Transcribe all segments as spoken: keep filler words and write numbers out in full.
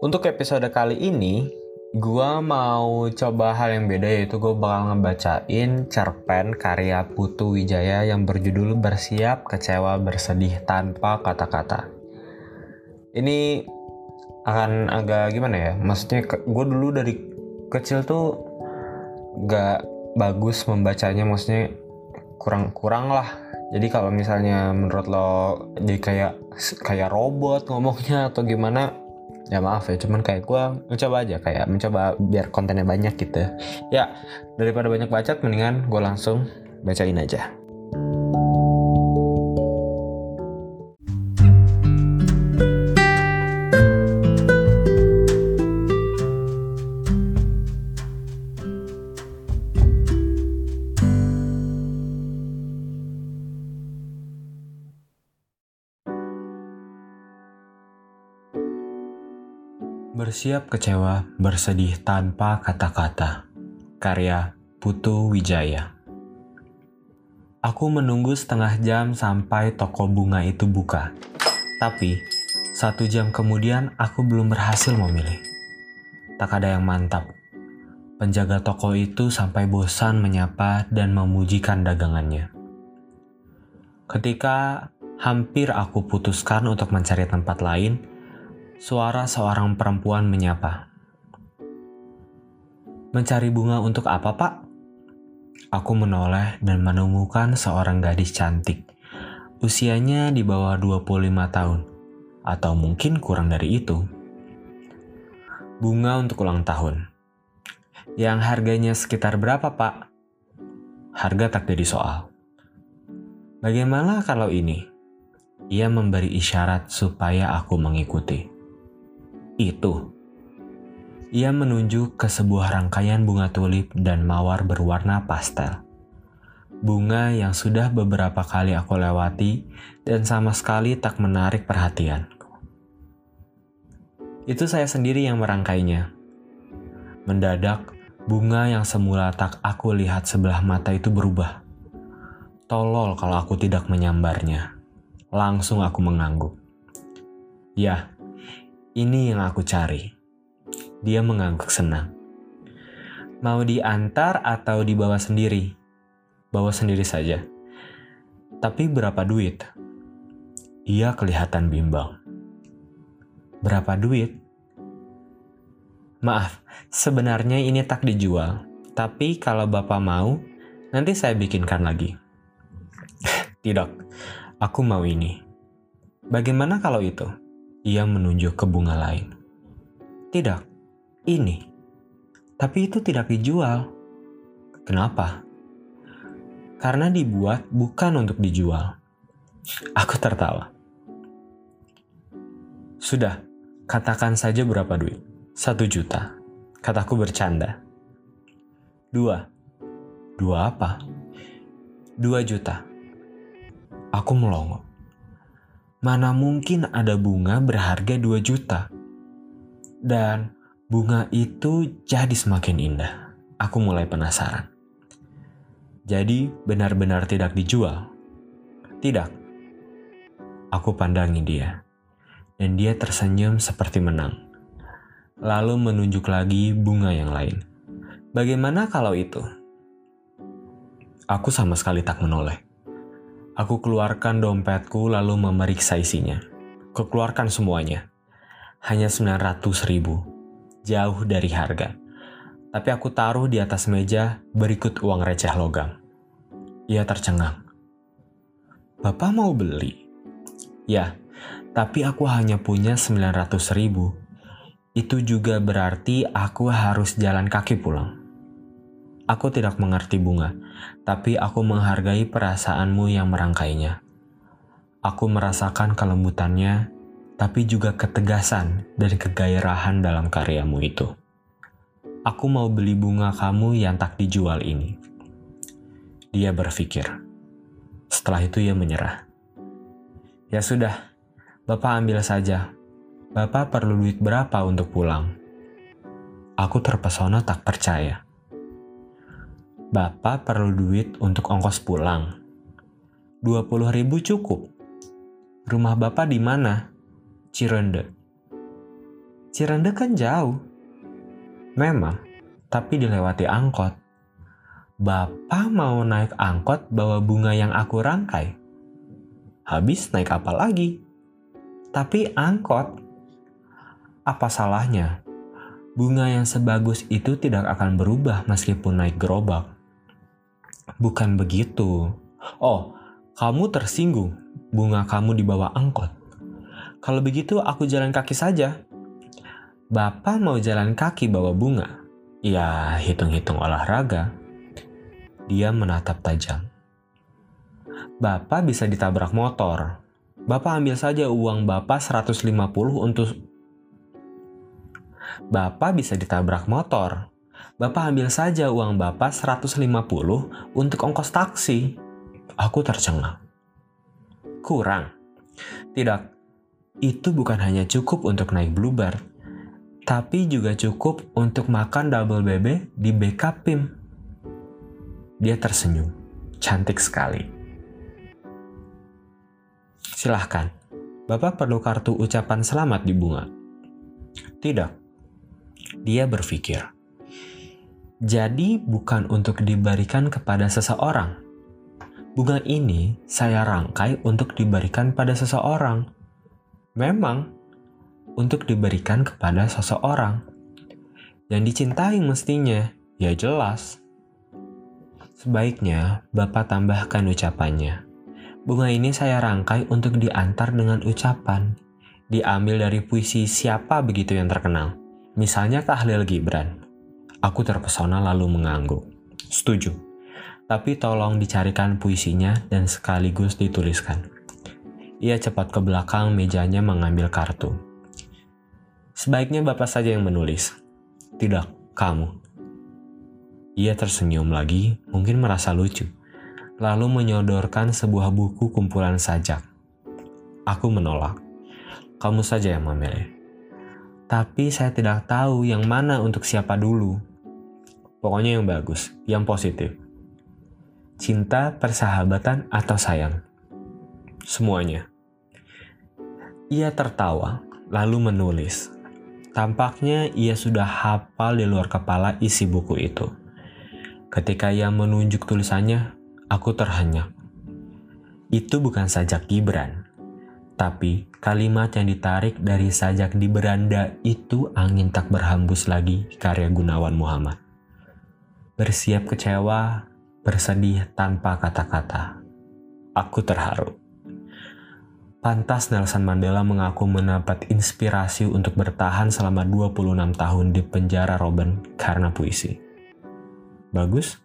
Untuk episode kali ini, gua mau coba hal yang beda, yaitu gue bakal ngebacain cerpen karya Putu Wijaya yang berjudul Bersiap Kecewa Bersedih Tanpa Kata-Kata. Ini akan agak gimana ya, maksudnya gue dulu dari kecil tuh gak bagus membacanya, maksudnya kurang-kurang lah. Jadi kalau misalnya menurut lo jadi kayak kayak robot ngomongnya atau gimana, ya maaf ya, cuman kayak gue mencoba aja, kayak mencoba biar kontennya banyak gitu. Ya, daripada banyak bacot, mendingan gue langsung bacain aja. Bersiap Kecewa Bersedih Tanpa Kata-Kata, karya Putu Wijaya. Aku menunggu setengah jam sampai toko bunga itu buka. Tapi, satu jam kemudian aku belum berhasil memilih. Tak ada yang mantap. Penjaga toko itu sampai bosan menyapa dan memujikan dagangannya. Ketika hampir aku putuskan untuk mencari tempat lain, suara seorang perempuan menyapa. "Mencari bunga untuk apa, Pak?" Aku menoleh dan menemukan seorang gadis cantik. Usianya di bawah dua puluh lima tahun, atau mungkin kurang dari itu. "Bunga untuk ulang tahun." "Yang harganya sekitar berapa, Pak?" Harga tak jadi soal. "Bagaimana kalau ini?" Ia memberi isyarat supaya aku mengikuti. Itu. Ia menunjuk ke sebuah rangkaian bunga tulip dan mawar berwarna pastel. Bunga yang sudah beberapa kali aku lewati dan sama sekali tak menarik perhatian. Itu saya sendiri yang merangkainya. Mendadak, bunga yang semula tak aku lihat sebelah mata itu berubah. Tolol kalau aku tidak menyambarnya. Langsung aku mengangguk. Ya, ini yang aku cari. Dia mengangguk senang. "Mau diantar atau dibawa sendiri?" "Bawa sendiri saja." "Tapi berapa duit?" Ia kelihatan bimbang. "Berapa duit?" "Maaf, sebenarnya ini tak dijual. Tapi kalau Bapak mau, nanti saya bikinkan lagi." "Tidak, aku mau ini." "Bagaimana kalau itu?" Ia menunjuk ke bunga lain. "Tidak, ini." "Tapi itu tidak dijual." "Kenapa?" "Karena dibuat bukan untuk dijual." Aku tertawa. "Sudah, katakan saja berapa duit." "Satu juta." Kataku bercanda. "Dua." "Dua apa?" "Dua juta." Aku melongo. Mana mungkin ada bunga berharga dua juta? Dan bunga itu jadi semakin indah. Aku mulai penasaran. "Jadi benar-benar tidak dijual?" "Tidak." Aku pandangi dia. Dan dia tersenyum seperti menang. Lalu menunjuk lagi bunga yang lain. "Bagaimana kalau itu?" Aku sama sekali tak menoleh. Aku keluarkan dompetku lalu memeriksa isinya. Kukeluarkan semuanya. Hanya sembilan ratus ribu. Jauh dari harga. Tapi aku taruh di atas meja berikut uang receh logam. Ia tercengang. "Bapak mau beli?" "Ya, tapi aku hanya punya sembilan ratus ribu. Itu juga berarti aku harus jalan kaki pulang." Aku tidak mengerti bunga, tapi aku menghargai perasaanmu yang merangkainya. Aku merasakan kelembutannya, tapi juga ketegasan dan kegairahan dalam karyamu itu. "Aku mau beli bunga kamu yang tak dijual ini." Dia berpikir. Setelah itu ia menyerah. "Ya sudah, Bapak ambil saja. Bapak perlu duit berapa untuk pulang?" Aku terpesona tak percaya. "Bapak perlu duit untuk ongkos pulang." dua puluh ribu cukup." "Rumah Bapak di mana?" "Cirende." Cirende kan jauh. Memang, tapi dilewati angkot. Bapak mau naik angkot bawa bunga yang aku rangkai. Habis naik apa lagi? Tapi angkot. Apa salahnya? Bunga yang sebagus itu tidak akan berubah meskipun naik gerobak. Bukan begitu. Oh, kamu tersinggung. Bunga kamu dibawa angkot. Kalau begitu aku jalan kaki saja. Bapak mau jalan kaki bawa bunga? Ya, hitung-hitung olahraga. Dia menatap tajam. Bapak bisa ditabrak motor. Bapak ambil saja uang Bapak seratus lima puluh untuk... Bapak bisa ditabrak motor. Bapak ambil saja uang Bapak seratus lima puluh untuk ongkos taksi. Aku tercengang. Kurang. Tidak, itu bukan hanya cukup untuk naik Bluebird, tapi juga cukup untuk makan double B B di B K P I M. Dia tersenyum. Cantik sekali. Silahkan. Bapak perlu kartu ucapan selamat di bunga? Tidak. Dia berpikir. Jadi bukan untuk diberikan kepada seseorang. Bunga ini saya rangkai untuk diberikan pada seseorang. Memang, untuk diberikan kepada seseorang. Yang dicintai mestinya, ya jelas. Sebaiknya Bapak tambahkan ucapannya. Bunga ini saya rangkai untuk diantar dengan ucapan. Diambil dari puisi siapa begitu yang terkenal. Misalnya Khalil Gibran. Aku terpesona lalu mengangguk. Setuju. Tapi tolong dicarikan puisinya dan sekaligus dituliskan. Ia cepat ke belakang mejanya mengambil kartu. Sebaiknya Bapak saja yang menulis. Tidak, kamu. Ia tersenyum lagi, mungkin merasa lucu. Lalu menyodorkan sebuah buku kumpulan sajak. Aku menolak. Kamu saja yang memilih. Tapi saya tidak tahu yang mana untuk siapa dulu. Pokoknya yang bagus, yang positif. Cinta, persahabatan, atau sayang? Semuanya. Ia tertawa, lalu menulis. Tampaknya ia sudah hafal di luar kepala isi buku itu. Ketika ia menunjuk tulisannya, aku terhenyak. Itu bukan sajak Gibran, tapi kalimat yang ditarik dari sajak di beranda itu angin tak berhembus lagi karya Gunawan Muhammad. Bersiap kecewa, bersedih tanpa kata-kata. Aku terharu. Pantas Nelson Mandela mengaku mendapat inspirasi untuk bertahan selama dua puluh enam tahun di penjara Robben karena puisi. Bagus?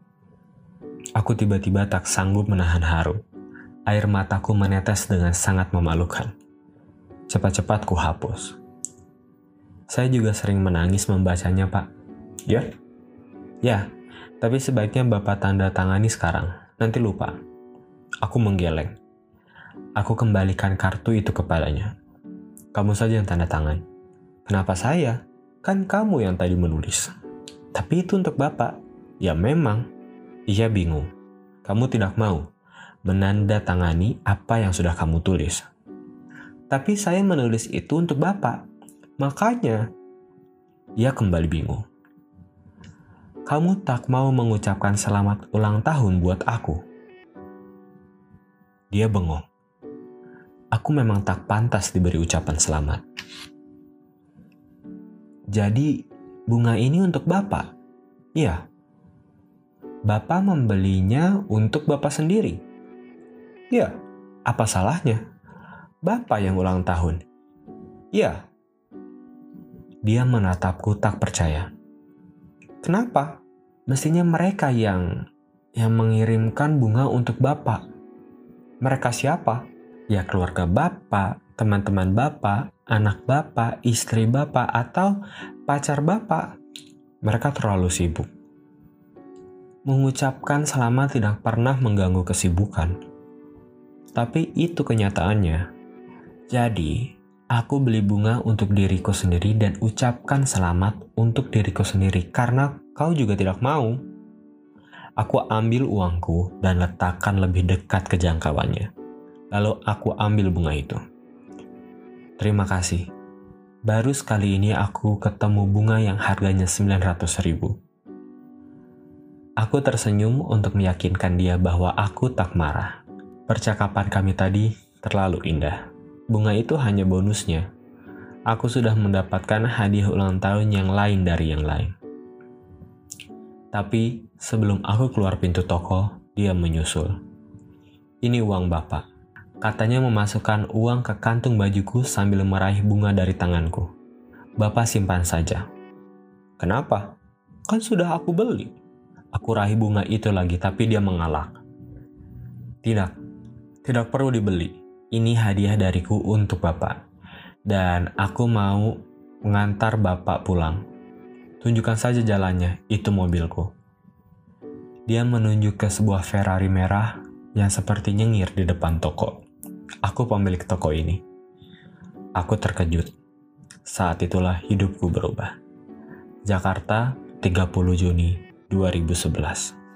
Aku tiba-tiba tak sanggup menahan haru. Air mataku menetes dengan sangat memalukan. Cepat-cepat ku hapus. Saya juga sering menangis membacanya, Pak. Ya? Ya. Tapi sebaiknya Bapak tanda tangani sekarang, nanti lupa. Aku menggeleng. Aku kembalikan kartu itu kepadanya. Kamu saja yang tanda tangan. Kenapa saya? Kan kamu yang tadi menulis. Tapi itu untuk Bapak. Ya memang. Ia bingung. Kamu tidak mau menandatangani apa yang sudah kamu tulis. Tapi saya menulis itu untuk Bapak. Makanya, ia kembali bingung. Kamu tak mau mengucapkan selamat ulang tahun buat aku? Dia bengong. Aku memang tak pantas diberi ucapan selamat. Jadi, bunga ini untuk Bapak? Iya. Bapak membelinya untuk Bapak sendiri? Iya. Apa salahnya? Bapak yang ulang tahun? Iya. Dia menatapku tak percaya. Kenapa? Mestinya mereka yang yang mengirimkan bunga untuk Bapak. Mereka siapa? Ya keluarga Bapak, teman-teman Bapak, anak Bapak, istri Bapak, atau pacar Bapak. Mereka terlalu sibuk. Mengucapkan selamat tidak pernah mengganggu kesibukan. Tapi itu kenyataannya. Jadi, aku beli bunga untuk diriku sendiri dan ucapkan selamat untuk diriku sendiri karena kau juga tidak mau. Aku ambil uangku dan letakkan lebih dekat ke jangkauannya. Lalu aku ambil bunga itu. Terima kasih. Baru sekali ini aku ketemu bunga yang harganya sembilan ratus ribu. Aku tersenyum untuk meyakinkan dia bahwa aku tak marah. Percakapan kami tadi terlalu indah. Bunga itu hanya bonusnya. Aku sudah mendapatkan hadiah ulang tahun yang lain dari yang lain. Tapi sebelum aku keluar pintu toko, dia menyusul. Ini uang Bapak. Katanya memasukkan uang ke kantung bajuku sambil meraih bunga dari tanganku. Bapak simpan saja. Kenapa? Kan sudah aku beli. Aku raih bunga itu lagi tapi dia mengalak. Tidak, tidak perlu dibeli. Ini hadiah dariku untuk Bapak. Dan aku mau mengantar Bapak pulang. Tunjukkan saja jalannya, itu mobilku. Dia menunjuk ke sebuah Ferrari merah yang seperti nyengir di depan toko. Aku pemilik toko ini. Aku terkejut. Saat itulah hidupku berubah. Jakarta, tiga puluh Juni dua ribu sebelas.